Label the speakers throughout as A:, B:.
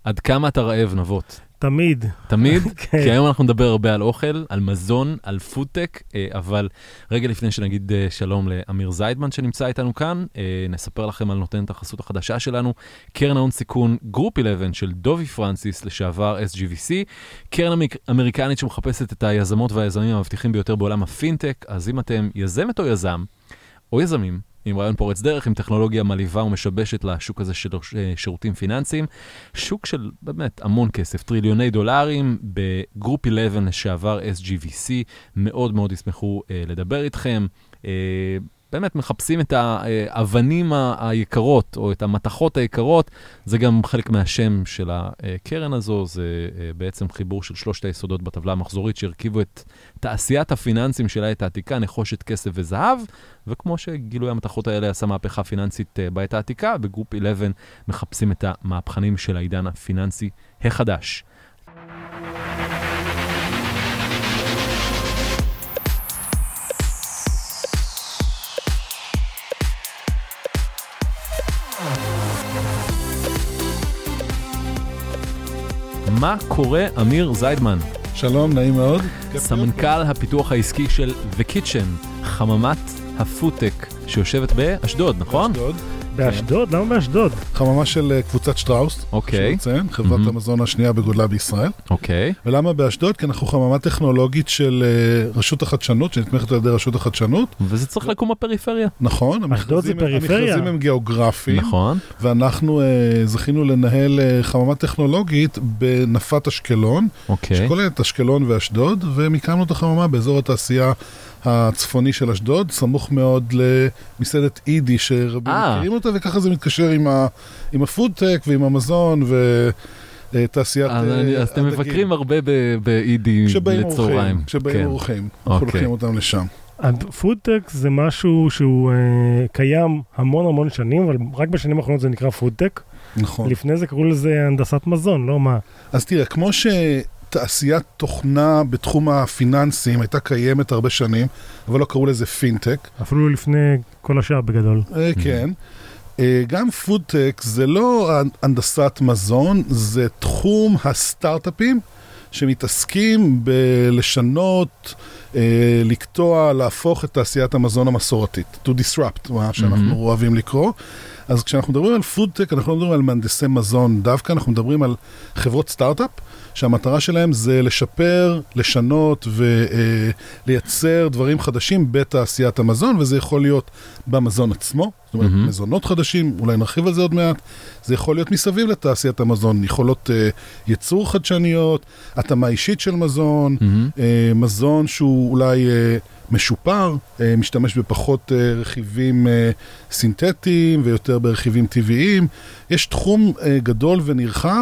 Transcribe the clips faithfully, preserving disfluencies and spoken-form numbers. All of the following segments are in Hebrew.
A: עד כמה אתה רעב נבות?
B: תמיד.
A: תמיד? כי היום אנחנו נדבר הרבה על אוכל, על מזון, על פודטק, אבל רגע לפני שנגיד שלום לאמיר זיידמן שנמצא איתנו כאן, נספר לכם על נותנת החסות החדשה שלנו, קרן ההון סיכון גרופ אחת עשרה של דובי פרנסיס, לשעבר אס ג'י וי סי, קרן אמריקנית שמחפשת את היזמות והיזמים המבטיחים ביותר בעולם הפינטק, אז אם אתם יזמת או יזם, או יזמים, עם רעיון פורץ דרך, עם טכנולוגיה מלאיבה ומשבשת לשוק הזה של שירותים פיננסיים, שוק של באמת המון כסף, טריליוני דולרים, בגרופ אחת עשרה לשעבר אס ג'י וי סי, מאוד מאוד ישמחו אה, לדבר איתכם, אה, באמת מחפשים את האבנים היקרות, או את המתכות היקרות, זה גם חלק מהשם של הקרן הזו, זה בעצם חיבור של שלושת היסודות בטבלה המחזורית, שהרכיבו את תעשיית הפיננסים שלה, את העתיקה, נחושת, כסף וזהב, וכמו שגילוי המתכות האלה עשה מהפכה פיננסית בעת העתיקה, בגרופ אחת עשרה מחפשים את המהפכנים של העידן הפיננסי החדש. מה קורה, אמיר זיידמן?
C: שלום, נעים מאוד.
A: סמנכ"ל הפיתוח העסקי של The Kitchen, חממת הפודטק, שיושבת באשדוד, נכון?
C: באשדוד.
B: באשדוד? למה באשדוד?
C: חממה של קבוצת שטראוס.
A: אוקיי.
C: חברת המזון השנייה בגודלה בישראל.
A: אוקיי.
C: ולמה באשדוד? כי אנחנו חממה טכנולוגית של רשות החדשנות, שנתמכת על ידי רשות החדשנות.
A: וזה צריך לקום בפריפריה.
C: נכון.
B: אשדוד זה פריפריה.
C: המכרזים הם גיאוגרפיים.
A: נכון.
C: ואנחנו זכינו לנהל חממה טכנולוגית בנפת אשקלון.
A: אוקיי.
C: שכוללת אשקלון ואשדוד, ומקמנו את החממה באזור התעשייה הצפוני של אשדוד, סמוך מאוד למסעדת אידי שרבים מכירים אותה, וככה זה מתקשר עם, ה, עם הפודטק ועם המזון ותעשיית הדגים.
A: אז אתם מבקרים הרבה באידי לצהריים.
C: כשבאים אורחים, אנחנו לוקחים אותם לשם.
B: הפודטק זה משהו שהוא uh, קיים המון המון שנים, אבל רק בשנים האחרונות זה נקרא פודטק.
C: נכון.
B: לפני זה קראו לזה הנדסת מזון, לא מה?
C: אז תראה, כמו ש... תעשיית תוכנה בתחום הפיננסים הייתה קיימת הרבה שנים, אבל לא קראו לזה פינטק.
B: אפילו לפני כל השאר בגדול.
C: כן. גם פודטק זה לא הנדסת מזון, זה תחום הסטארט-אפים שמתעסקים בלשנות, לקטוע, להפוך את תעשיית המזון המסורתית. To disrupt, מה שאנחנו אוהבים לקרוא. אז כשאנחנו מדברים על פודטק, אנחנו לא מדברים על מהנדסי מזון דווקא, אנחנו מדברים על חברות סטארט-אפ, שהמטרה שלהם זה לשפר, לשנות ולייצר דברים חדשים בתעשיית המזון, וזה יכול להיות במזון עצמו, זאת אומרת, mm-hmm. מזונות חדשים, אולי נרחיב על זה עוד מעט, זה יכול להיות מסביב לתעשיית המזון, יכולות uh, ייצור חדשניות, התאמה אישית של מזון, mm-hmm. uh, מזון שהוא אולי uh, משופר, uh, משתמש בפחות uh, רכיבים uh, סינתטיים ויותר ברכיבים טבעיים, יש תחום uh, גדול ונרחב,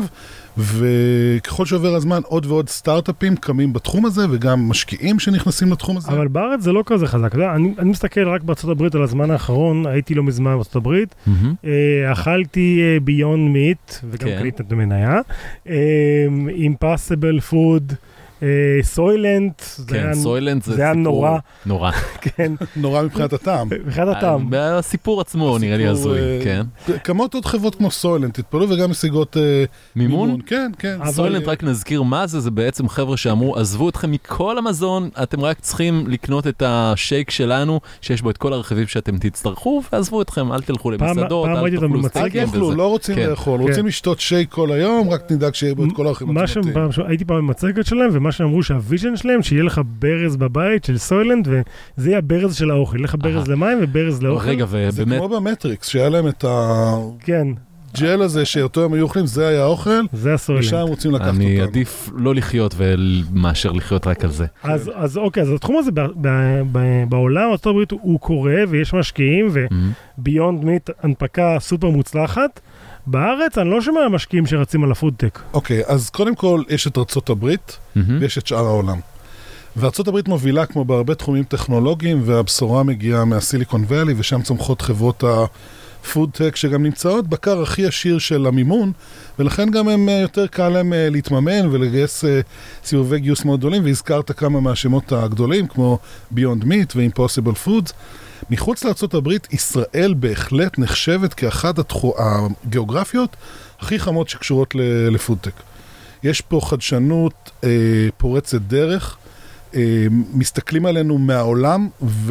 C: וככל שעובר הזמן עוד ועוד סטארט-אפים קמים בתחום הזה, וגם משקיעים שנכנסים לתחום הזה.
B: אבל בארץ זה לא כזה חזק. אני, אני מסתכל רק בארצות הברית על הזמן האחרון, הייתי לא מזמן בארצות הברית, mm-hmm. אה, אכלתי ביונד מיט, וגם כן. קליטת במניה, אה, Impossible Food, סוילנט,
A: כן, סוילנט זה
B: היה נורא.
A: נורא.
B: כן.
C: נורא מבחינת הטעם.
B: מבחינת הטעם.
A: הסיפור עצמו נראה לי הזוי, כן.
C: כמות עוד חברות כמו סוילנט, תתפלו וגם משיגות מימון. כן, כן.
A: סוילנט, רק נזכיר מה זה, זה בעצם חבר'ה שאמרו, עזבו אתכם מכל המזון, אתם רק צריכים לקנות את השייק שלנו, שיש בו את כל הרכיבים שאתם תצטרכו, ועזבו אתכם, אל תלכו למסעדות, אל תאכלו סטייקים.
C: לא רוצים לאכול, רוצים לשתות שייק כל היום, רק נדאג שיהיה בו את כל הרכיבים.
B: הייתי פעם במצגת שלהם, ומה שאמרו שהוויז'ן שלהם, שיהיה לך ברז בבית של סוילנט, וזה יהיה הברז של האוכל. לך ברז למים וברז לאוכל.
A: רגע, ובאמת...
C: זה כמו במטריקס, שהיה להם את ה...
B: כן.
C: ג'ל הזה שאותו הם היו אוכלים, זה היה האוכל.
B: זה הסוילנט.
C: ושם רוצים לקחת אותנו.
A: אני עדיף לא לחיות מאשר לחיות רק על זה.
B: אז, אז אוקיי, אז התחום הזה בעולם, ארצות הברית הוא קורה, ויש משקיעים, וביונד מיט הנפקה סופר מוצלחת. בארץ אני לא שומע משקיעים שרצים על הפודטק.
C: אוקיי, אז קודם כל יש את ארצות הברית, ויש את שאר העולם. וארצות הברית מובילה כמו בהרבה תחומים טכנולוגיים, והבשורה מגיעה מהסיליקון ואלי, ושם צומחות חברות הפודטק, שגם נמצאות בקר הכי עשיר של המימון, ולכן גם הם יותר קל להם להתממן ולגייס סיבובי גיוס מאוד גדולים, והזכרת כמה מהשמות הגדולים, כמו ביונד מיט ואימפוסיבל פודס. מחוץ לארצות הברית, ישראל בהחלט נחשבת כאחת הגיאוגרפיות הכי חמות שקשורות לפודטק. יש פה חדשנות אה, פורצת דרך, אה, מסתכלים עלינו מהעולם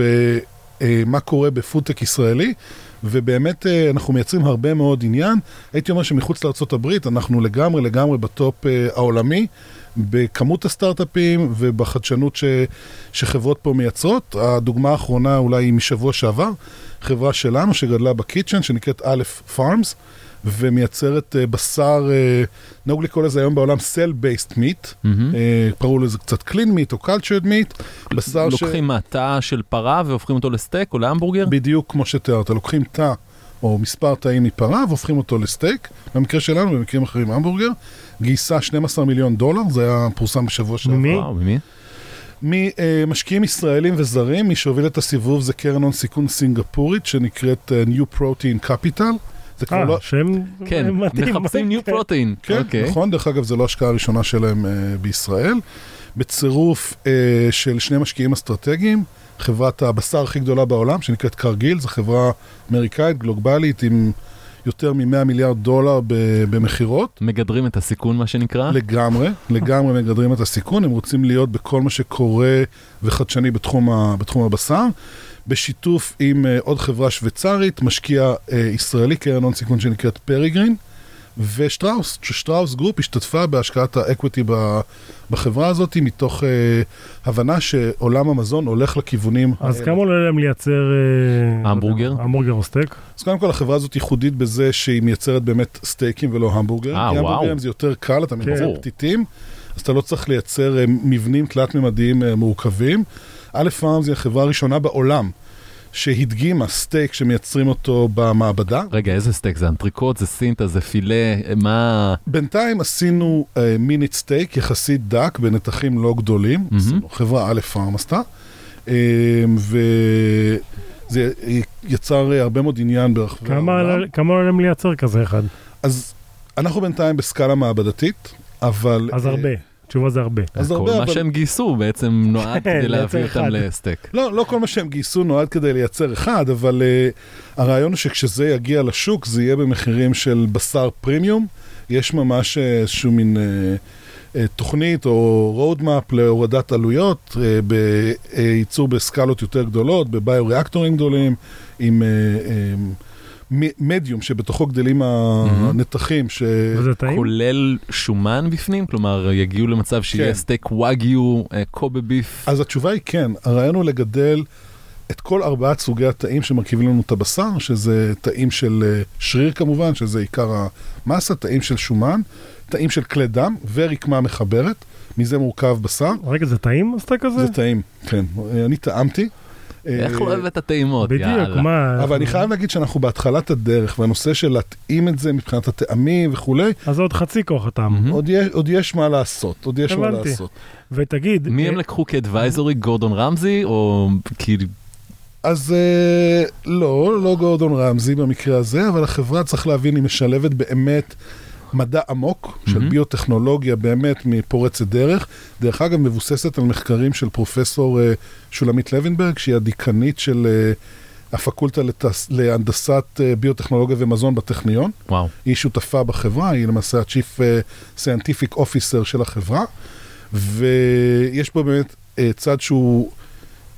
C: ומה קורה בפודטק ישראלי, ובאמת אה, אנחנו מייצרים הרבה מאוד עניין. הייתי אומר שמחוץ לארצות הברית אנחנו לגמרי לגמרי בטופ אה, העולמי, בכמות הסטארט-אפים ובחדשנות ש, שחברות פה מייצרות. הדוגמה האחרונה אולי היא משבוע שעבר, חברה שלנו שגדלה בקיצ'ן, שנקראת א' פארמס, ומייצרת uh, בשר, uh, נהוג לקרוא לזה היום בעולם cell-based meat, mm-hmm. uh, קראו לזה קצת clean meat או cultured meat, בשר ש...
A: לוקחים מהתא של פרה והופכים אותו לסטייק או להמבורגר?
C: בדיוק כמו שתיארת, לוקחים תא או מספר תאים מפרה והופכים אותו לסטייק, במקרה שלנו, במקרים אחרים המבורגר, גייסה שנים עשר מיליון דולר, זה היה פורסם בשבוע שעבר.
A: ממי? וואו, ממי?
C: ממשקיעים ישראלים וזרים, מי שהוביל את הסיבוב זה קרן הון סיכון סינגפורית, שנקראת uh, New Protein Capital.
B: אה, לא... שם
A: כן,
B: מתאים.
A: מחפשים New Protein.
C: כן, okay. נכון, דרך אגב, זו לא השקעה הראשונה שלהם uh, בישראל. בצירוף uh, של שני משקיעים אסטרטגיים, חברת הבשר הכי גדולה בעולם, שנקראת קרגיל, זו חברה אמריקאית, גלובלית, עם יותר מ-מאה מיליארד דולר במחירות.
A: מגדרים את הסיכון, מה שנקרא?
C: לגמרי, לגמרי מגדרים את הסיכון. הם רוצים להיות בכל מה שקורה וחדשני בתחום, ה, בתחום הבשר. בשיתוף עם uh, עוד חברה שוויצרית, משקיע uh, ישראלי, קרן הון סיכון שנקראת פריגרין, ושטראוס, שטראוס גרופ השתתפה בהשקעת האקוויטי בחברה הזאת, מתוך uh, הבנה שעולם המזון הולך לכיוונים
B: אז האלה. כמה עולה להם לייצר...
A: המבורגר?
B: המבורגר או סטייק?
C: אז קודם כל החברה הזאת ייחודית בזה שהיא מייצרת באמת סטייקים ולא המבורגר.
A: אה,
C: כי
A: וואו.
C: המבורגרים זה יותר קל, אתה מייצר
A: כן.
C: פתיתים, אז אתה לא צריך לייצר uh, מבנים תלת-ממדיים uh, מורכבים. א' פארם זה החברה הראשונה בעולם שהדגימה סטייק שמייצרים אותו במעבדה.
A: רגע, איזה סטייק? זה אנטריקוט, זה סינטה, זה פילה, מה...
C: בינתיים עשינו uh, מינית סטייק יחסית דק בנתחים לא גדולים, mm-hmm. עשינו, חברה א' פארם עשתה, uh, וזה יצר uh, הרבה מאוד עניין ברחבי העולם.
B: כמה עולה להם לייצר כזה אחד?
C: אז אנחנו בינתיים בסקאלה מעבדתית, אבל...
B: אז uh, הרבה. תשובה זה הרבה.
C: אז
A: כל
C: הרבה,
A: מה
C: אבל...
A: שהם גייסו בעצם נועד כדי להביא אותם לסטייק.
C: לא, לא כל מה שהם גייסו נועד כדי לייצר אחד, אבל uh, הרעיון הוא שכשזה יגיע לשוק, זה יהיה במחירים של בשר פרימיום. יש ממש איזשהו מין uh, uh, תוכנית או רודמאפ להורדת עלויות, uh, בייצור בסקלות יותר גדולות, בביו-ריאקטורים גדולים, עם... Uh, um, מדיום שבתוכו גדלים הנתחים ש...
A: כולל שומן בפנים? כלומר, יגיעו למצב שיהיה סטייק וואגיו, קובה ביף?
C: אז התשובה היא כן. הרעיון הוא לגדל את כל ארבעת סוגי התאים שמרכיבים לנו את הבשר, שזה תאים של שריר כמובן, שזה עיקר המסה, תאים של שומן, תאים של כלי דם ורקמה מחברת, מזה מורכב בשר.
B: רגע, זה תאים הסטייק הזה?
C: זה תאים, כן. אני טעמתי.
A: איך לא אוהב את הטעימות,
B: יאללה. בדיוק, מה...
C: אבל אני חייב להגיד שאנחנו בהתחלת הדרך, והנושא של להתאים את זה מבחינת הטעמים וכולי.
B: אז עוד חצי כוח הטעם.
C: עוד יש מה לעשות, עוד יש מה לעשות.
B: ותגיד...
A: מי הם לקחו כאדוויזורי, גורדון רמזי, או כאילו...
C: אז לא, לא גורדון רמזי במקרה הזה, אבל החברה צריך להבין, היא משלבת באמת מדע עמוק של mm-hmm. ביוטכנולוגיה באמת מפורצת דרך. דרך אגב מבוססת על מחקרים של פרופסור uh, שולמית לוינברג, שהיא הדיקנית של uh, הפקולטה לתס... להנדסת uh, ביוטכנולוגיה ומזון בטכניון.
A: וואו.
C: היא שותפה בחברה, היא למעשה ה-Chief uh, Scientific Officer של החברה, ויש פה באמת uh, צד שהוא... Uh,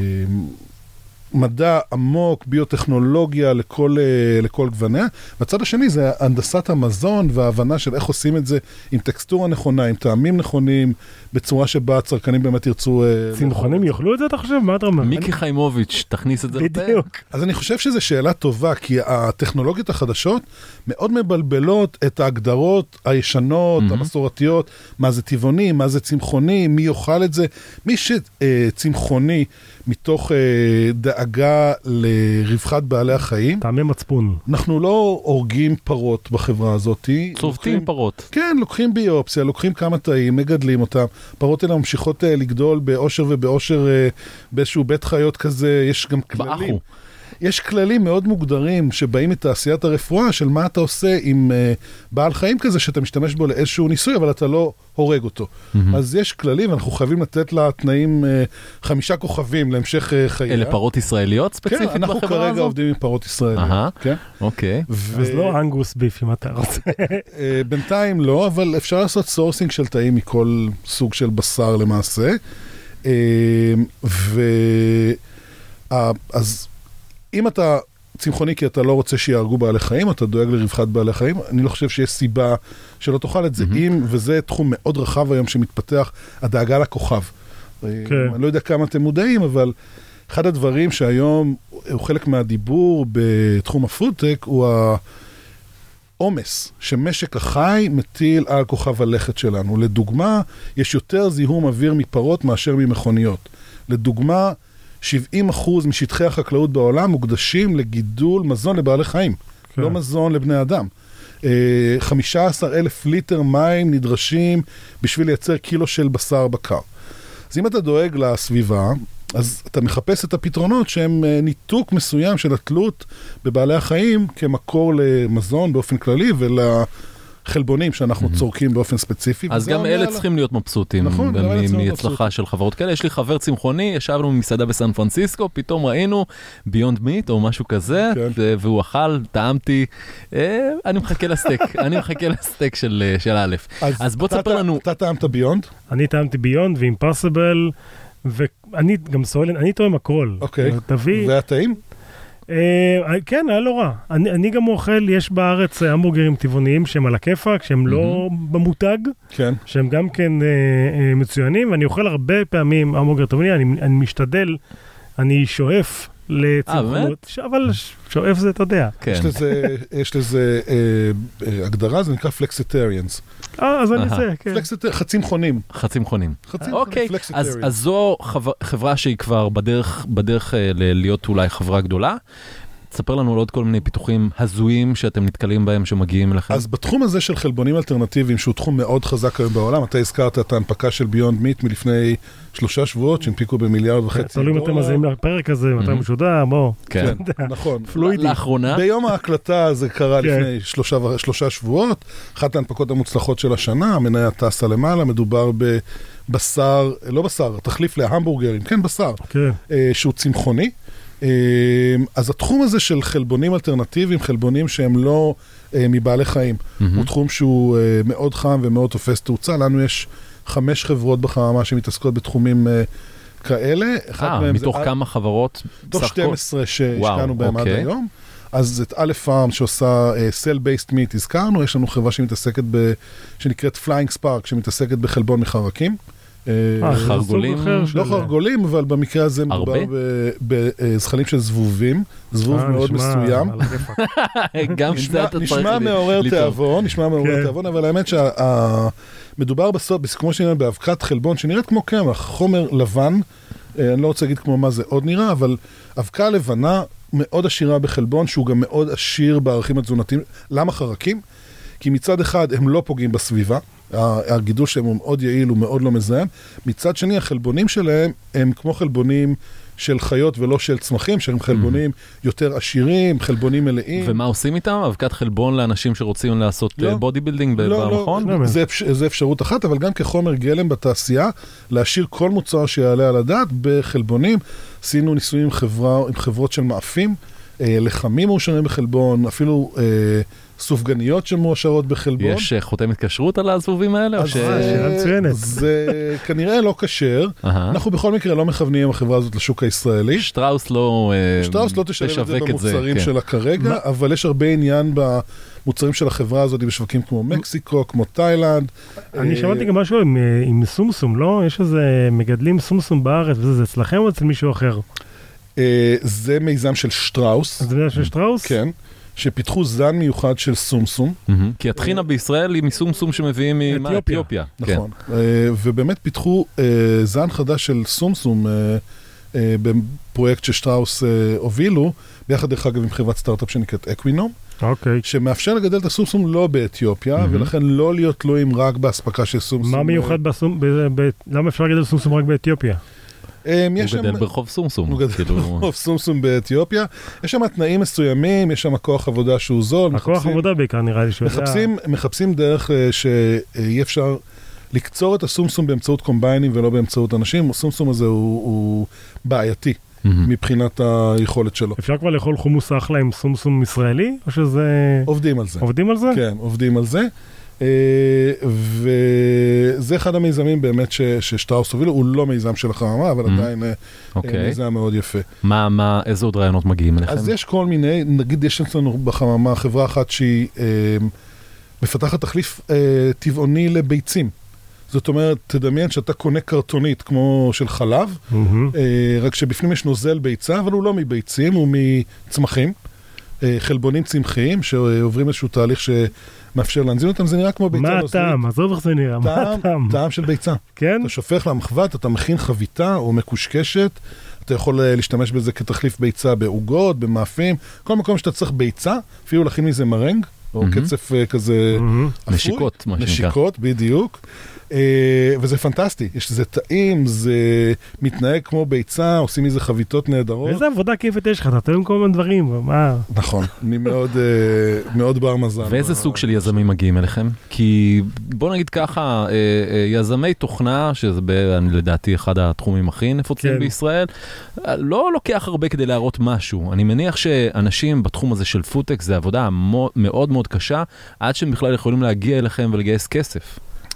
C: מדע עמוק, ביוטכנולוגיה לכל, לכל גווניה. והצד השני זה הנדסת המזון וההבנה של איך עושים את זה עם טקסטורה נכונה, עם טעמים נכונים, בצורה שבה הצרכנים באמת ירצו...
B: צמחונים יאכלו את זה, אתה חושב? מה אתה אומר?
A: מיקי חיימוביץ', תכניס את זה לפה.
B: בדיוק.
C: אז אני חושב שזו שאלה טובה, כי הטכנולוגיות החדשות מאוד מבלבלות את ההגדרות הישנות, mm-hmm. המסורתיות, מה זה טבעוני, מה זה צמחוני, מי יאכל את זה. מי שצמחוני מתוך דאגה לרווחת בעלי החיים.
B: טעמי מצפון.
C: אנחנו לא הורגים פרות בחברה הזאת.
A: צובטים פרות.
C: כן, לוקחים ביופסיה, לוקחים כמה תאים, מגדלים אותם. פרות האלה ממשיכות לגדול באושר ובאושר באיזשהו בית חיות כזה, יש גם כללים.
A: באחו.
C: יש כללים מאוד מוגדרים שבאים מתעשיית הרפואה של מה אתה עושה עם uh, בעל חיים כזה שאתה משתמש בו לאיזשהו ניסוי, אבל אתה לא הורג אותו. Mm-hmm. אז יש כללים, אנחנו חייבים לתת לה תנאים uh, חמישה כוכבים להמשך uh, חייה.
A: אלה פרות ישראליות ספציפית בחברה הזו?
C: כן, אנחנו כרגע עובדים עם פרות ישראליות.
A: Uh-huh. כן? אוקיי.
B: ו... אז לא אנגוס ביף אם אתה רוצה.
C: בינתיים לא, אבל אפשר לעשות סורסינג של תאים מכל סוג של בשר למעשה. ו... אז אם אתה צמחוני כי אתה לא רוצה שיהרגו בעלי חיים, אתה דואג לרווחת בעלי חיים, אני לא חושב שיש סיבה שלא תאכל את זה. Mm-hmm. אם, וזה תחום מאוד רחב היום שמתפתח, הדאגה לכוכב. Okay. אני לא יודע כמה אתם מודעים, אבל אחד הדברים שהיום הוא חלק מהדיבור בתחום הפודטק, הוא העומס שמשק החי מטיל על כוכב הלכת שלנו. לדוגמה, יש יותר זיהום אוויר מפרות מאשר ממכוניות. לדוגמה, שבעים אחוז משטחי החקלאות בעולם מוקדשים לגידול מזון לבעלי חיים, כן. לא מזון לבני אדם. חמישה עשר אלף ליטר מים נדרשים בשביל לייצר קילו של בשר בקר. אז אם אתה דואג לסביבה, אז אתה מחפש את הפתרונות שהם ניתוק מסוים של התלות בבעלי החיים כמקור למזון באופן כללי ול... חלבונים שאנחנו mm-hmm. צורקים באופן ספציפי.
A: אז גם אלה לה... צריכים להיות מבסוטים. נכון, גם אלה צריכים להיות מבסוטים. של חברות כאלה. יש לי חבר צמחוני, ישבנו במסעדה בסן פרנסיסקו, פתאום ראינו ביונד מיט או משהו כזה, כן. והוא אכל, טעמתי, אה, אני מחכה לסטייק, אני מחכה לסטייק של, של א'. אז, אז בוא תספר לנו...
C: אתה טעמת ביונד?
B: אני טעמתי ביונד ואימפסיבל, ואני גם סואל, אני טועם הכל.
C: אוקיי,
B: תביא...
C: והטעים?
B: כן, היה לא רע. אני, אני גם אוכל, יש בארץ המבורגרים טבעוניים שהם על הכיפק, שהם mm-hmm. לא במותג,
C: כן.
B: שהם גם כן אה, אה, מצוינים, ואני אוכל הרבה פעמים המבורגר טבעוני, אני, אני משתדל, אני שואף לצמחונות, אבל שואף זה, אתה יודע.
C: כן. יש לזה, יש לזה אה, אה, הגדרה, זה נקרא פלקסיטריאנס.
B: אה, אז אני זה, כן.
C: פלקסיטר, חצי מכונים.
A: חצי מכונים.
C: חצי
A: אוקיי, אז, אז זו חבר, חברה שהיא כבר בדרך, בדרך להיות אולי חברה גדולה. תספר לנו על עוד כל מיני פיתוחים הזויים שאתם נתקלים בהם שמגיעים לכם.
C: אז בתחום הזה של חלבונים אלטרנטיביים, שהוא תחום מאוד חזק היום בעולם, אתה הזכרת את ההנפקה של ביונד מיט מלפני שלושה שבועות, שהנפיקו במיליארד וחצי.
B: תלוי אם אתם מזהים לפרק הזה, מתי משודר, בוא.
A: כן,
C: נכון.
B: פלואידי.
A: לאחרונה.
C: ביום ההקלטה זה קרה לפני שלושה שבועות, אחת ההנפקות המוצלחות של השנה, המניה טסה למעלה, מדובר בבשר, לא בשר, תחליף להמבורגרים, כן, בשר, שהוא צמחוני. אז התחום הזה של חלבונים אלטרנטיביים, חלבונים שהם לא מבעלי חיים, הוא תחום שהוא מאוד חם ומאוד תופס תאוצה. לנו יש חמש חברות בחממה שמתעסקות בתחומים כאלה.
A: אה, מתוך כמה חברות?
C: מתוך שתים עשרה שהשקענו בהם עד היום. אז את א' פארם שעושה Cell-Based Meat הזכרנו, יש לנו חברה שמתעסקת, שנקראת Flying Spark, שמתעסקת בחלבון מחרקים.
A: חרגולים?
C: לא חרגולים, אבל במקרה הזה מדובר בזחלים של זבובים, זבוב מאוד מסוים. נשמע מעורר תיאבון, נשמע מעורר תיאבון, אבל האמת שמדובר בסוף, כמו שנראה באבקת חלבון, שנראית כמו קמח, חומר לבן, אני לא רוצה להגיד כמו מה זה עוד נראה, אבל אבקה לבנה מאוד עשירה בחלבון, שהוא גם מאוד עשיר בערכים התזונתיים. למה חרקים? כי מצד אחד הם לא פוגעים בסביבה, הגידול שלהם הוא מאוד יעיל, הוא מאוד לא מזהם. מצד שני, החלבונים שלהם הם כמו חלבונים של חיות ולא של צמחים, שהם חלבונים יותר עשירים, חלבונים מלאים.
A: ומה עושים איתם? אבקת חלבון לאנשים שרוצים לעשות בודי בילדינג במכון?
C: לא, זה אפשרות אחת, אבל גם כחומר גלם בתעשייה, להשאיר כל מוצר שיעלה על הדעת בחלבונים. עשינו ניסויים עם חברות של מאפים, לחמים מאושרים בחלבון, אפילו סופגניות שמאושרות בחלבון.
A: יש חותמת כשרות על הזבובים האלה?
C: זה כנראה לא כשר. אנחנו בכל מקרה לא מכוונים עם החברה הזאת לשוק הישראלי.
A: שטראוס לא
C: שטראוס לא תשלב את זה במוצרים שלה כרגע, אבל יש הרבה עניין במוצרים של החברה הזאת בשווקים כמו מקסיקו, כמו תאילנד.
B: אני שמעתי גם משהו עם סומסום, לא? יש איזה מגדלים סומסום בארץ, וזה אצלכם או אצל מישהו אחר?
C: זה מיזם של שטראוס.
B: זה מיזם של שטראוס?
C: כן. שפיתחו זן מיוחד של סומסום.
A: כי התחינה בישראל היא מסומסום שמביאים מאתיופיה.
C: נכון. ובאמת פיתחו זן חדש של סומסום בפרויקט ששטראוס הובילו, ביחד דרך אגב עם חברת סטארט-אפ שנקראת אקווינום, שמאפשר לגדל את הסומסום לא באתיופיה, ולכן לא להיות תלויים רק בהספקה של סומסום.
B: מה מיוחד בסומסום? למה אפשר לגדל סומסום רק באתיופיה?
A: הוא גדל ברחוב סומסום.
C: הוא גדל ברחוב סומסום באתיופיה. יש שם תנאים מסוימים, יש שם כוח עבודה שהוא זול.
B: הכוח עבודה בעיקר נראה לי שהוא
C: מחפשים, מחפשים דרך שאי אפשר לקצור את הסומסום באמצעות קומביינים ולא באמצעות אנשים. הסומסום הזה הוא, הוא בעייתי מבחינת היכולת שלו.
B: אפשר כבר לאכול חומוס אחלה עם סומסום ישראלי? או שזה...
C: עובדים על זה.
B: עובדים על זה?
C: כן, עובדים על זה. וזה אחד המיזמים באמת ששטראוס הובילו, הוא לא מיזם של החממה, אבל עדיין מיזם מאוד יפה.
A: מה, מה, איזה עוד רעיונות מגיעים אליכם?
C: אז יש כל מיני, נגיד יש לנו בחממה חברה אחת שהיא מפתחת תחליף טבעוני לביצים. זאת אומרת, תדמיין שאתה קונה קרטונית כמו של חלב, רק שבפנים יש נוזל ביצה, אבל הוא לא מביצים, הוא מצמחים, חלבונים צמחיים שעוברים איזשהו תהליך ש... מאפשר להנזין אותם, זה נראה כמו ביצה.
B: מה הטעם? עזוב איך זה נראה, מה הטעם?
C: טעם של ביצה.
B: כן?
C: אתה שופך למחבת, אתה מכין חביתה או מקושקשת, אתה יכול להשתמש בזה כתחליף ביצה בעוגות, במאפים, כל מקום שאתה צריך ביצה, אפילו להכין מזה מרנג, או קצף כזה אפוי.
A: נשיקות, מה שנקרא.
C: נשיקות, בדיוק. וזה פנטסטי, יש לזה טעים, זה מתנהג כמו ביצה, עושים מזה חביתות נהדרות.
B: איזה עבודה כיפת יש לך, אתה תולים כל מיני דברים, מה?
C: נכון, אני מאוד, מאוד בר מזל.
A: ואיזה סוג של יזמים מגיעים אליכם? כי בוא נגיד ככה, יזמי תוכנה, שזה לדעתי אחד התחומים הכי נפוצים בישראל, לא לוקח הרבה כדי להראות משהו. אני מניח שאנשים בתחום הזה של פודטק, זה עבודה מאוד מאוד קשה, עד שהם בכלל יכולים להגיע אליכם ולגייס כסף.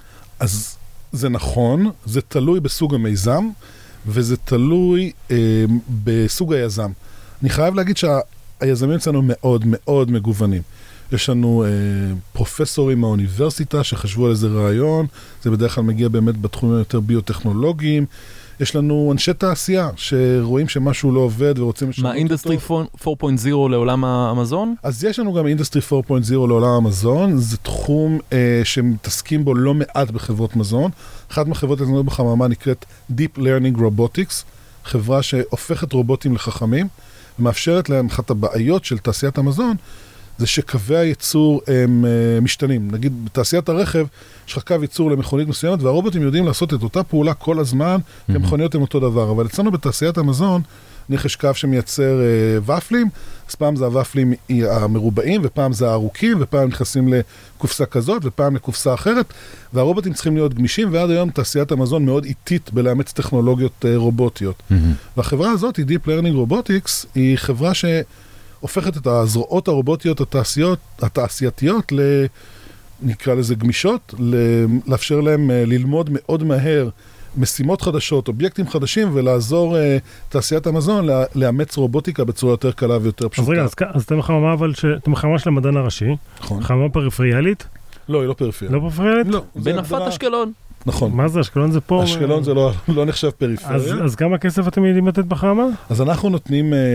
C: אז זה נכון, זה תלוי בסוג המיזם, וזה תלוי אה, בסוג היזם. אני חייב להגיד שהיזמים אצלנו מאוד מאוד מגוונים. יש לנו אה, פרופסורים מהאוניברסיטה שחשבו על איזה רעיון, זה בדרך כלל מגיע באמת בתחומים יותר ביוטכנולוגיים, יש לנו אנשי תעשייה שרואים שמשהו לא עובד ורוצים לשנות אותו.
A: מה, אינדסטרי פור פוינט זירו לעולם המזון?
C: אז יש לנו גם אינדסטרי פור פוינט זירו לעולם המזון, זה תחום אה, שמתעסקים בו לא מעט בחברות מזון. אחת מהחברות הזנות בחממה נקראת Deep Learning Robotics, חברה שהופכת רובוטים לחכמים, ומאפשרת להם, אחת הבעיות של תעשיית המזון, זה שקווי הייצור הם uh, משתנים. נגיד, בתעשיית הרכב, יש לך קו ייצור למכונית מסוימת, והרובוטים יודעים לעשות את אותה פעולה כל הזמן, mm-hmm. כי המכוניות הן אותו דבר. אבל אצלנו בתעשיית המזון, יש קו שמייצר uh, ופלים, אז פעם זה הוופלים המרובעים, ופעם זה הארוכים, ופעם נכנסים לקופסה כזאת, ופעם לקופסה אחרת, והרובוטים צריכים להיות גמישים, ועד היום תעשיית המזון מאוד איטית בלאמץ טכנולוגיות uh, רובוטיות. Mm-hmm. והחברה הזאת, היא Deep Learning Robotics, היא חברה ש... הופכת את הזרועות הרובוטיות התעשיות, התעשייתיות, ל, נקרא לזה גמישות, ל, לאפשר להם ללמוד מאוד מהר משימות חדשות, אובייקטים חדשים, ולעזור uh, תעשיית המזון לה, לאמץ רובוטיקה בצורה יותר קלה ויותר פשוטה.
B: אז רגע, אז, אז אתם חממה, אבל ש... אתם חממה של המדען הראשי,
C: נכון.
B: חממה פריפריאלית?
C: לא, היא לא פריפריאלית.
B: לא פריפריאלית?
C: לא.
A: בנפת אשקלון.
C: נכון.
B: מה זה, אשקלון זה פה?
C: אשקלון זה לא, לא נחשב פריפריה.
B: אז, אז כמה כסף אתם יודעים לתת בחממה?
C: אז אנחנו נותנים... Uh,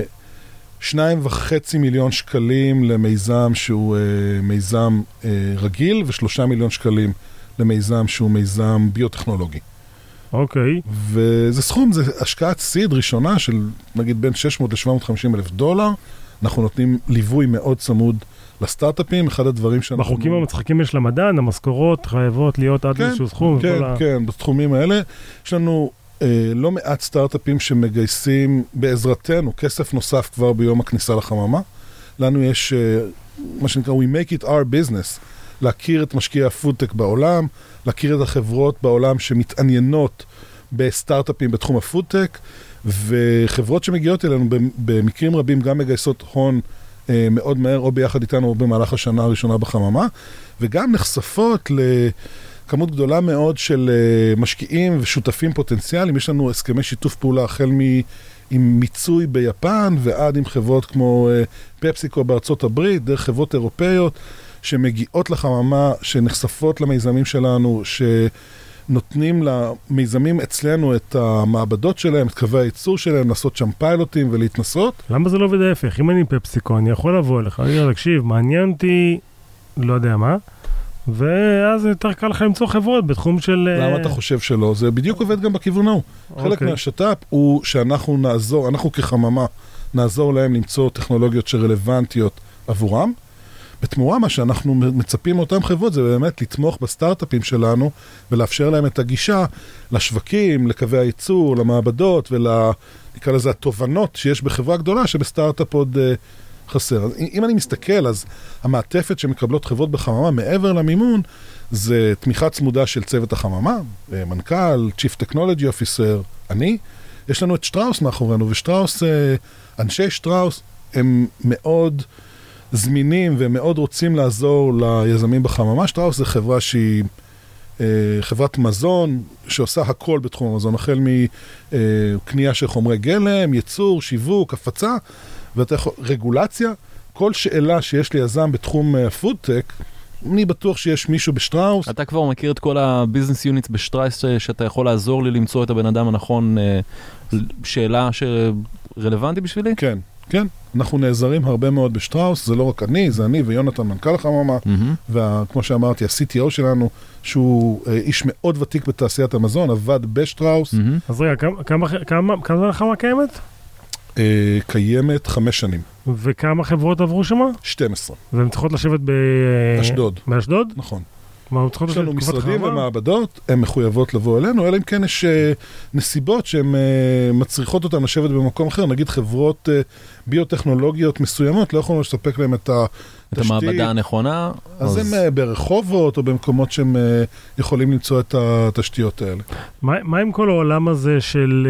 C: שניים וחצי מיליון שקלים למיזם שהוא אה, מיזם אה, רגיל, ושלושה מיליון שקלים למיזם שהוא מיזם ביוטכנולוגי.
B: אוקיי.
C: וזה סכום, זה השקעת סיד ראשונה של נגיד בין שש מאות ל-שבע מאות וחמישים אלף דולר. אנחנו נותנים ליווי מאוד צמוד לסטארט-אפים, אחד הדברים שאנחנו...
B: בחוקים המצחיקים יש למדען, המשכורות חייבות להיות עד איזשהו סכום.
C: כן, כן, בתחומים האלה. יש לנו... לא מעט סטארט-אפים שמגייסים בעזרתנו כסף נוסף כבר ביום הכניסה לחממה. לנו יש מה שנקרא We make it our business, להכיר את משקיעי הפודטק בעולם, להכיר את החברות בעולם שמתעניינות בסטארט-אפים בתחום הפודטק, וחברות שמגיעות אלינו במקרים רבים גם מגייסות הון מאוד מהר, או ביחד איתנו או במהלך השנה הראשונה בחממה, וגם נחשפות ל... כמות גדולה מאוד של uh, משקיעים ושותפים פוטנציאליים. יש לנו הסכמי שיתוף פעולה החל מ, עם מיצוי ביפן ועד עם חברות כמו uh, פפסיקו בארצות הברית, דרך חברות אירופאיות שמגיעות לחממה, שנחשפות למיזמים שלנו, שנותנים למיזמים אצלנו את המעבדות שלהם, את קווי הייצור שלהם, לעשות שם פיילוטים ולהתנסות.
B: למה זה לא עובד ההפך? אם אני פפסיקו, אני יכול לבוא אליך, אני להקשיב, מעניין אותי, לא יודע מה, ואז יותר קל לך למצוא חברות בתחום של...
C: למה אתה חושב שלא? זה בדיוק עובד גם בכיוון ההוא. חלק מהשת"פ הוא שאנחנו נעזור, אנחנו כחממה, נעזור להם למצוא טכנולוגיות שרלוונטיות עבורם. בתמורה מה שאנחנו מצפים מאותם חברות, זה באמת לתמוך בסטארט-אפים שלנו, ולאפשר להם את הגישה לשווקים, לקווי הייצור, למעבדות, ונקרא לזה התובנות שיש בחברה גדולה, שבסטארט-אפ עוד uh, חסר. אז אם אני מסתכל, אז המעטפת שמקבלות חברות בחממה, מעבר למימון, זה תמיכה צמודה של צוות החממה, מנכ"ל, Chief Technology Officer, אני. יש לנו את שטראוס מאחורינו, ושטראוס, אנשי שטראוס, הם מאוד זמינים ומאוד רוצים לעזור ליזמים בחממה. שטראוס זה חברה שהיא חברת מזון, שעושה הכל בתחום המזון, החל מקנייה של חומרי גלם, ייצור, שיווק, הפצה, ורגולציה. כל שאלה שיש לי יזם בתחום הפודטק, אני בטוח שיש מישהו בשטראוס.
A: אתה כבר מכיר את כל הביזנס יוניטס בשטראוס, שאתה יכול לעזור לי למצוא את הבן אדם הנכון, שאלה שרלוונטי בשבילי?
C: כן, כן. אנחנו נעזרים הרבה מאוד בשטראוס, זה לא רק אני, זה אני ויונתן מנכ"ל החממה, וכמו שאמרתי, ה-סי טי או שלנו, שהוא איש מאוד ותיק בתעשיית המזון, עבד בשטראוס.
B: אז רגע, כמה זמן החממה קיימת?
C: קיימת חמש שנים.
B: וכמה חברות עברו שמה?
C: שתים עשרה.
B: והן צריכות לשבת
C: באשדוד.
B: באשדוד?
C: נכון.
B: יש
C: לנו משרדים ומעבדות, הן מחויבות לבוא אלינו, אלא אם כן יש נסיבות שהן מצריכות אותן לשבת במקום אחר, נגיד חברות ביוטכנולוגיות מסוימות, לא יכולנו לספק להם את התשתית.
A: את המעבדה הנכונה.
C: אז הם ברחובות או במקומות שהם יכולים למצוא את התשתיות האלה.
B: מה עם כל העולם הזה של...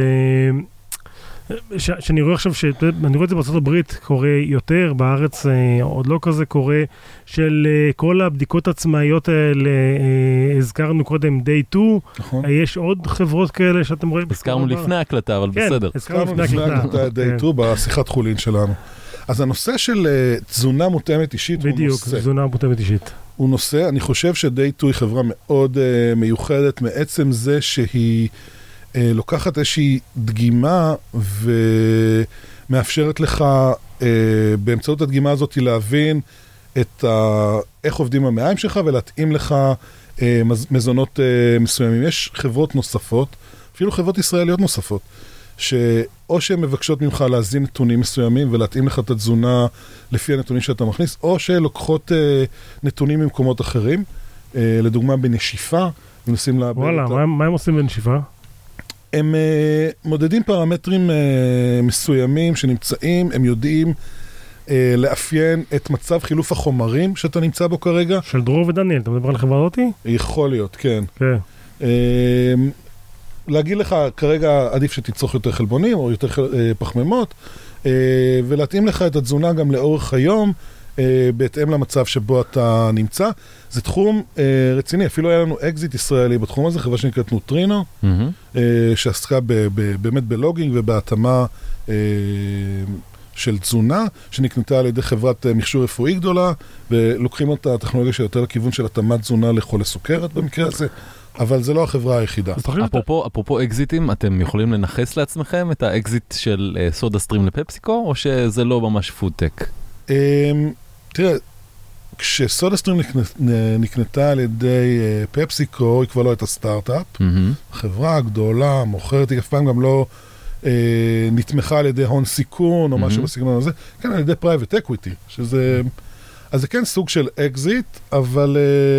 B: ש, שאני רואה עכשיו, שאני רואה את זה בארצות הברית קורה יותר, בארץ אה, עוד לא כזה קורה, של אה, כל הבדיקות עצמאיות האלה, אה, הזכרנו קודם דיי טו, נכון. אה, יש עוד חברות כאלה שאתם רואים?
A: הזכרנו לפני ההקלטה, אבל
B: כן,
A: בסדר.
B: הזכרנו לפני ההקלטה.
C: דיי טו בשיחת חולין שלנו. אז הנושא של uh, תזונה מותאמת אישית
B: בדיוק,
C: הוא נושא.
B: בדיוק, תזונה מותאמת אישית.
C: הוא נושא, אני חושב שדיי טו היא חברה מאוד uh, מיוחדת, מעצם זה שהיא... לוקחת איזושהי דגימה ומאפשרת לך באמצעות הדגימה הזאת להבין את ה... איך עובדים המעיים שלך ולהתאים לך מזונות מסוימים. יש חברות נוספות, אפילו חברות ישראליות נוספות, שאו שהן מבקשות ממך להזין נתונים מסוימים ולהתאים לך את התזונה לפי הנתונים שאתה מכניס, או שלוקחות נתונים ממקומות אחרים, לדוגמה בנשיפה, ונסים לאבד
B: וואלה, אותה. מה הם עושים בנשיפה?
C: הם uh, מודדים פרמטרים uh, מסוימים שנמצאים, הם יודעים uh, לאפיין את מצב חילוף החומרים שאתה נמצא בו כרגע.
B: של דרור ודניאל, אתה מדבר על חברה אותי?
C: יכול להיות, כן.
B: כן.
C: Uh, להגיד לך, כרגע עדיף שתצרוך יותר חלבונים או יותר uh, פחמימות, uh, ולהתאים לך את התזונה גם לאורך היום, uh, בהתאם למצב שבו אתה נמצא. זה תחום uh, רציני, אפילו היה לנו אקזיט ישראלי בתחום הזה, חברה שנקראת נוטרינו, mm-hmm. uh, שעסקה ב- ב- באמת בלוגינג ובהתאמה uh, של תזונה, שנקנתה על ידי חברת uh, מכשור רפואי גדולה, ולוקחים את הטכנולוגיה שיותר לכיוון של התאמת תזונה לחולי סוכרת במקרה הזה, אבל זה לא החברה היחידה.
A: אפרופו, אפרופו אקזיטים, אתם יכולים לנחס לעצמכם את האקזיט של uh, סודה סטרים לפפסיקו, או שזה לא ממש פודטק?
C: Um, תראה, כשסודה סטרים נקנתה על ידי פפסיקו, היא כבר לא הייתה סטארט-אפ. חברה גדולה, מוכרת, היא אף פעם גם לא נתמכה על ידי הון סיכון או משהו בסגנון הזה. כן, על ידי פרייבט אקוויטי, שזה... אז זה כן סוג של אקזיט, אבל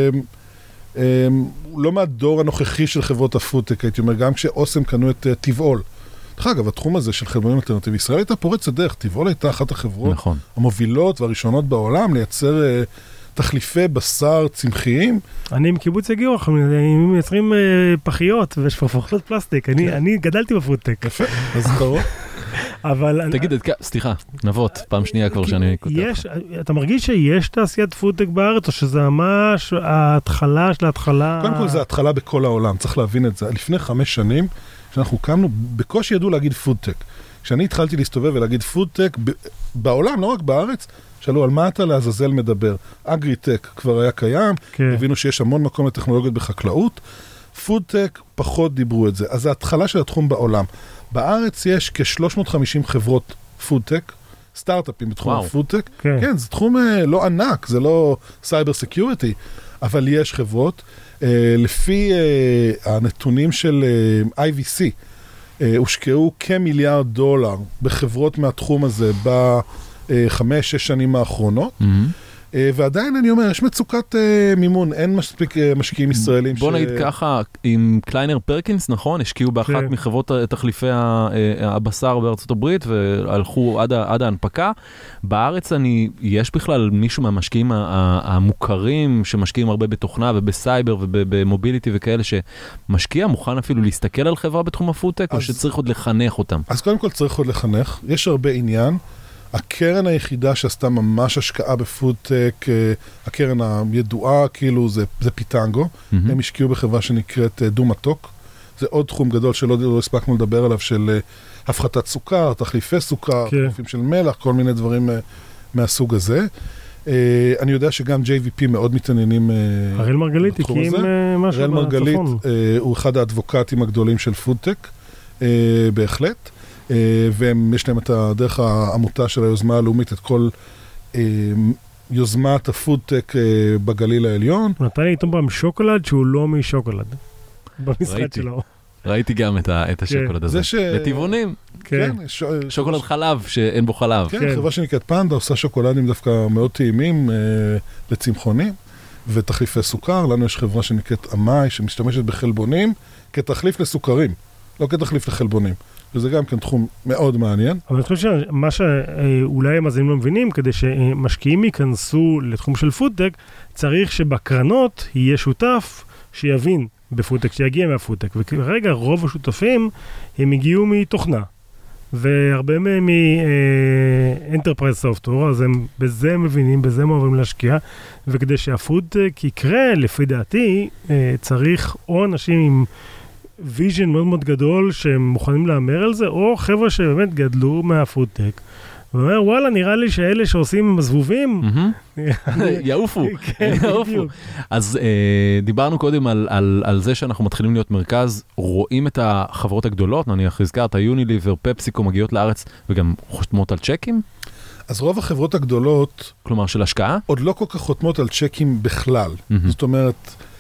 C: לא מהדור הנוכחי של חברות הפודטק, הייתי אומר, גם כשאוסם קנו את טבעול. דרך אגב, התחום הזה של חלבונים אלטרנטיביים, ישראל הייתה פורצת דרך, טבעול הייתה אחת החברות נכון. המובילות והראשונות בעולם לייצר uh, תחליפי בשר צמחיים.
B: אני עם קיבוץ הגיעו, הם מייצרים uh, פחיות ושפרפרות פלסטיק, אני, כן. אני גדלתי בפודטק.
C: יפה, אז קרוב.
B: אבל...
A: תגיד, סליחה, נבות, פעם שנייה כבר שאני כותב.
B: אתה מרגיש שיש תעשיית פודטק בארץ, או שזה ממש ההתחלה של ההתחלה?
C: קודם כל, זה ההתחלה בכל העולם, צריך להבין את זה. לפני חמש שנים, כשאנחנו קמנו, בקושי ידעו להגיד פודטק. כשאני התחלתי להסתובב ולהגיד פודטק, בעולם, לא רק בארץ, שאלו על מה אתה לעזאזל מדבר. אגריטק כבר היה קיים, כן. הבינו שיש המון מקום לטכנולוגיות בחקלאות, פודטק פחות דיברו את זה. אז זה ההתחלה של התחום בעולם. בארץ יש כ-שלוש מאות וחמישים חברות פודטק, סטארט-אפים בתחום הפודטק. כן. כן, זה תחום לא ענק, זה לא סייבר סקיוריטי, אבל יש חברות. Uh, לפי uh, הנתונים של uh, איי וי סי, uh, הושקעו כמיליארד דולר בחברות מהתחום הזה בחמש, שש שנים האחרונות. Mm-hmm. ועדיין אני אומר, יש מצוקת מימון, אין מספיק משקיעים ישראלים.
A: בוא נגיד ככה, עם קליינר פרקינס, נכון? השקיעו באחת מחברות תחליפי הבשר בארצות הברית, והלכו עד ההנפקה. בארץ אני, יש בכלל מישהו מהמשקיעים המוכרים, שמשקיעים הרבה בתוכנה ובסייבר ובמוביליטי וכאלה, שמשקיע מוכן אפילו להסתכל על חברה בתחום הפודטק, או שצריך עוד לחנך אותם? אז
C: קודם כל צריך עוד לחנך. יש הרבה עניין. הקרן היחידה שעשתה ממש השקעה בפודטק, הקרן הידועה, כאילו זה, זה פיטנגו, mm-hmm. הם השקיעו בחברה שנקראת דומטוק, זה עוד תחום גדול שלא לא הספקנו לדבר עליו, של הפחתת סוכר, תחליפי סוכר, okay. תחליפים של מלח, כל מיני דברים מהסוג הזה. אני יודע שגם ג'יי וי פי מאוד מתעניינים
B: הראל מרגלית הקים משהו
C: הראל מרגלית הוא אחד האדבוקטים הגדולים של פודטק, בהחלט. ויש להם את הדרך העמותה של היוזמה הלאומית, את כל יוזמת הפודטק בגליל העליון.
B: הוא נתן לי איתו פעם שוקולד שהוא לא משוקולד, במשחק שלו.
A: ראיתי גם את השוקולד הזה. לטבעונים. שוקולד חלב שאין בו חלב.
C: כן, חברה שנקראת פנדה, עושה שוקולדים דווקא מאוד טעימים לצמחונים, ותחליפי סוכר. לנו יש חברה שנקראת אמאי, שמשתמשת בחלבונים כתחליף לסוכרים, לא כתחליף לחלבונים. וזה גם כן תחום מאוד מעניין.
B: אבל אני חושב שמה שאולי המאזינים לא מבינים, כדי שמשקיעים ייכנסו לתחום של פודטק, צריך שבקרנות יהיה שותף שיבין בפודטק, שיגיע מהפודטק. וכרגע רוב השותפים הם הגיעו מתוכנה. והרבה מהם מ-Enterprise Software, אז הם בזה מבינים, בזה אוהבים להשקיע. וכדי שהפודטק יקרה, לפי דעתי, צריך או אנשים עם ויז'ן מאוד מאוד גדול שהם מוכנים לאמר על זה, או חבר'ה שבאמת גדלו מהפודטק, ואומר, וואלה, נראה לי שאלה שעושים זבובים,
A: יעופו, יעופו. אז דיברנו קודם על זה שאנחנו מתחילים להיות מרכז, רואים את החברות הגדולות, נניח הזכרת, יוניליבר, פפסיקו מגיעות לארץ, וגם חותמות על צ'קים?
C: אז רוב החברות הגדולות,
A: כלומר של השקעה?
C: עוד לא כל כך חותמות על צ'קים בכלל. זאת אומרת,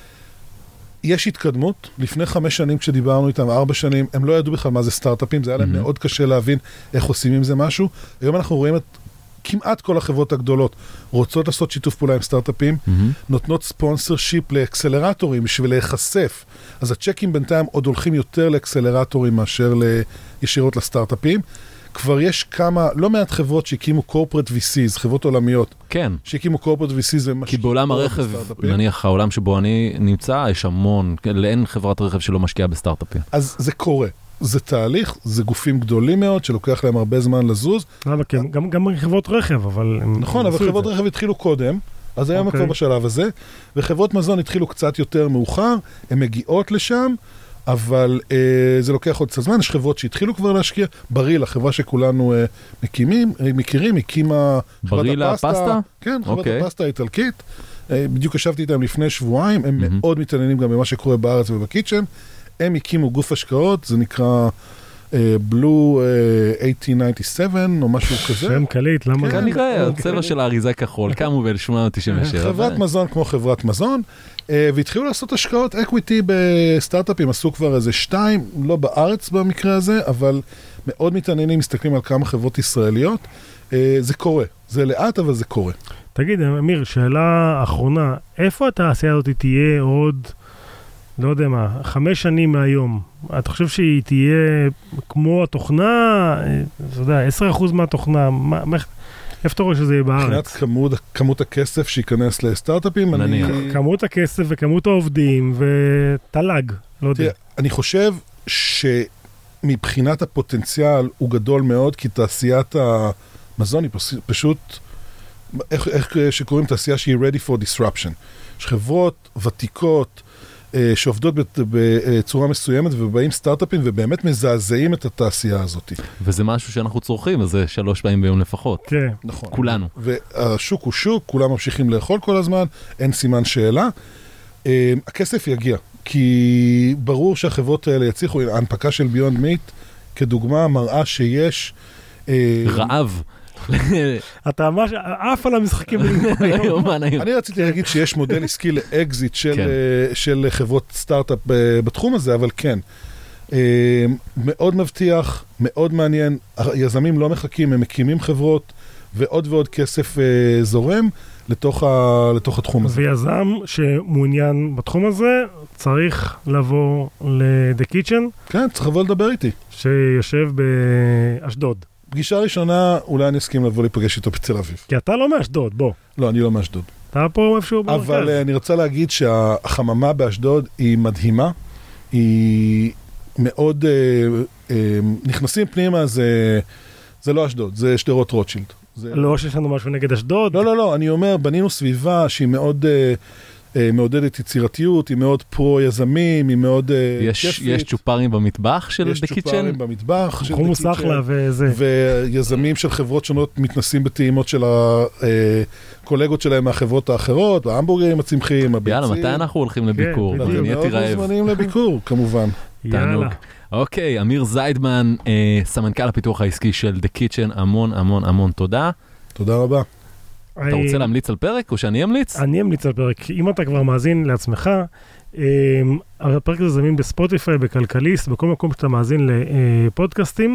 C: יש התקדמות, לפני חמש שנים כשדיברנו איתם, ארבע שנים, הם לא ידעו בכלל מה זה סטארט-אפים, זה היה להם מאוד קשה להבין איך עושים עם זה משהו. היום אנחנו רואים את כמעט כל החברות הגדולות רוצות לעשות שיתוף פעולה עם סטארט-אפים, נותנות ספונסר שיפ לאקסלרטורים בשביל להיחשף. אז הצ'קים בינתיים עוד הולכים יותר לאקסלרטורים מאשר ישירות לסטארט-אפים. כבר יש כמה, לא מעט חברות שהקימו corporate וי סיז, חברות עולמיות.
A: כן.
C: שהקימו corporate וי סיז.
A: כי בעולם הרכב, נניח העולם שבו אני נמצא, יש המון, אין חברת רכב שלא משקיעה בסטארט-אפים.
C: אז זה קורה. זה תהליך, זה גופים גדולים מאוד, שלוקח להם הרבה זמן לזוז.
B: אבל כן, גם, גם חברות רכב, אבל...
C: נכון, אבל חברות רכב התחילו קודם, אז היום כבר בשלב הזה, וחברות מזון התחילו קצת יותר מאוחר, הן מגיעות לשם, אבל אה, זה לוקח עוד קצת זמן, יש חברות שהתחילו כבר להשקיע, בריל, החברה שכולנו אה, מקימים, אה, מכירים, הקימה...
A: בריל הפסטה?
C: כן, חברת okay. הפסטה האיטלקית, אה, בדיוק ישבתי איתם לפני שבועיים, הם mm-hmm. מאוד מתעניינים גם במה שקורה בארץ ובקיצ'ן, הם הקימו גוף השקעות, זה נקרא בלו אלף שמונה מאות תשעים ושבע, או משהו כזה.
B: שם קליט, למה?
A: כנראה, הצבע של האריזה כחול, קמו ב-שמונה מאות תשעים ושבע.
C: חברת מזון כמו חברת מזון, והתחילו לעשות השקעות אקוויטי בסטארט-אפים, עשו כבר איזה שתיים, לא בארץ במקרה הזה, אבל מאוד מתעניינים, מסתכלים על כמה חברות ישראליות. זה קורה, זה לאט, אבל זה קורה.
B: תגיד, אמיר, שאלה אחרונה, איפה התעשייה הזאת תהיה עוד... לא יודע מה, חמש שנים מהיום, אתה חושב שהיא תהיה כמו התוכנה, אתה יודע, עשרה אחוז מהתוכנה, מה, איפה אתה רואה שזה יהיה בארץ?
C: מבחינת כמות, כמות הכסף שייכנס לסטארט-אפים, אני...
B: כמות הכסף וכמות העובדים ותל"ג, לא יודע.
C: אני חושב שמבחינת הפוטנציאל הוא גדול מאוד, כי תעשיית המזון היא פשוט, איך, איך שקוראים תעשייה שהיא ready for disruption. יש חברות ותיקות, שעובדות בצורה מסוימת, ובאים סטארט-אפים, ובאמת מזעזעים את התעשייה הזאת.
A: וזה משהו שאנחנו צורכים, אז זה שלוש פעמים ביום לפחות.
B: כן.
C: נכון.
A: כולנו.
C: והשוק הוא שוק, כולם ממשיכים לאכול כל הזמן, אין סימן שאלה. הכסף יגיע, כי ברור שהחברות האלה יצליחו, ההנפקה של ביונד מיט, כדוגמה, מראה שיש...
A: רעב.
B: אתה ממש אף על המשחקים.
C: אני רציתי להגיד שיש מודל עסקי לאקזיט של חברות סטארט-אפ בתחום הזה, אבל כן, מאוד מבטיח, מאוד מעניין, היזמים לא מחכים, הם מקימים חברות ועוד ועוד כסף זורם, לתוך, ה, לתוך התחום הזה.
B: ויזם שמעוניין בתחום הזה, צריך לבוא ל-The Kitchen.
C: כן, צריך לבוא לדבר איתי.
B: שיושב באשדוד.
C: פגישה ראשונה, אולי אני אסכים לבוא להיפגש איתו בתל אביב.
B: כי אתה לא מאשדוד, בוא.
C: לא, אני לא מאשדוד.
B: אתה פה איפשהו במרכז.
C: אבל אני רוצה להגיד שהחממה באשדוד היא מדהימה. היא מאוד... נכנסים פנימה, זה, זה לא אשדוד, זה שדרות רוטשילד. זה...
B: לא שיש לנו משהו נגד אשדוד.
C: לא, לא, לא, אני אומר, בנינו סביבה שהיא מאוד uh, uh, מעודדת יצירתיות, היא מאוד פרו-יזמים, היא מאוד uh,
A: יש,
C: כיפית.
A: יש צ'ופרים במטבח של The Kitchen?
C: יש צ'ופרים במטבח של The Kitchen.
B: חומוס אחלה וזה.
C: ויזמים של חברות שונות מתנסים בטעימות של הקולגות שלהם מהחברות האחרות, ההמבורגרים הצמחיים, הביצים.
A: יאללה, מתי אנחנו הולכים לביקור?
C: כן,
A: אני הייתי רעב.
C: מאוד מוזמנים לביקור, כמובן.
B: יאללה.
A: אוקיי, אמיר זיידמן, אה, סמנכ"ל הפיתוח העסקי של The Kitchen, המון המון המון תודה.
C: תודה רבה.
A: אתה רוצה להמליץ על פרק או שאני אמליץ?
B: אני אמליץ על פרק. אם אתה כבר מאזין לעצמך, הפרק הזה זמין בספוטיפיי, בכלכליסט, בכל מקום שאתה מאזין לפודקאסטים.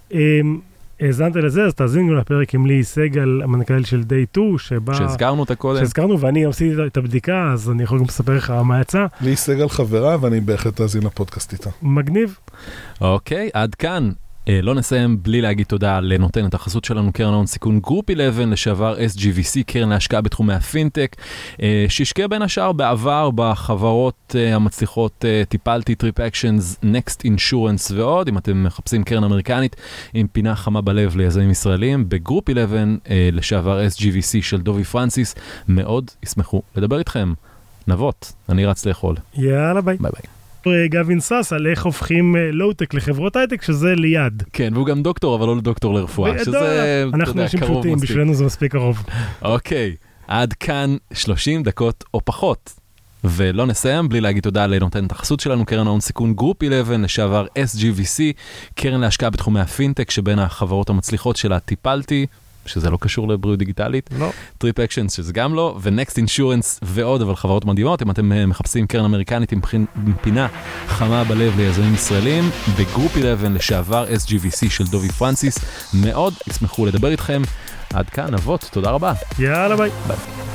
B: האזנת לזה, אז תאזינו לפרק עם לי סגל, המנכ"ל של דיי טו, שבא...
A: שהזכרנו אותה קודם.
B: שהזכרנו, ואני עשיתי את הבדיקה, אז אני יכול גם לספר לך מה יצא.
C: לי סגל חברה, ואני בהחלט תאזין לפודקאסט איתה.
B: מגניב.
A: אוקיי, עד כאן. לא נסיים בלי להגיד תודה לנותן את החסות שלנו, קרן ההון סיכון גרופ אחת עשרה, לשעבר אס ג'י וי סי, קרן להשקעה בתחומי הפינטק, שהשקיע בין השאר בעבר בחברות המצליחות, טיפלתי, טריפ אקשנס, נקסט אינשורנס ועוד. אם אתם מחפשים קרן אמריקנית עם פינה חמה בלב ליזמים ישראלים, בגרופ אחת עשרה, לשעבר אס ג'י וי סי של דובי פרנסיס, מאוד ישמחו לדבר איתכם. נבות, אני רץ לאכול.
B: יאללה ביי.
A: ביי ביי.
B: גבין סס על איך הופכים לואו-טק לחברות הייטק, שזה ליד.
A: כן, והוא גם דוקטור, אבל לא דוקטור לרפואה, שזה,
B: אנחנו אנשים פשוטים, בשבילנו זה מספיק קרוב.
A: אוקיי, עד כאן שלושים דקות או פחות. ולא נסיים בלי להגיד תודה לנותן את החסות שלנו, קרן ההון סיכון גרופ אחת עשרה, לשעבר אס ג'י וי סי, קרן להשקעה בתחומי הפינטק, שבין החברות המצליחות שלה טיפלתי, שזה לא קשור לבריאות דיגיטלית,
B: לא.
A: טריפ אקשנס שזה גם לא, ונקסט אינשורנס ועוד, אבל חברות מדהימות. אם אתם מחפשים קרן אמריקנית עם פינה חמה בלב ליזמים ישראלים, בגרופ אחת עשרה לשעבר אס ג'י וי סי של דובי פרנסיס, מאוד ישמחו לדבר איתכם. עד כאן, אבות, תודה רבה.
B: יאללה ביי.
A: ביי.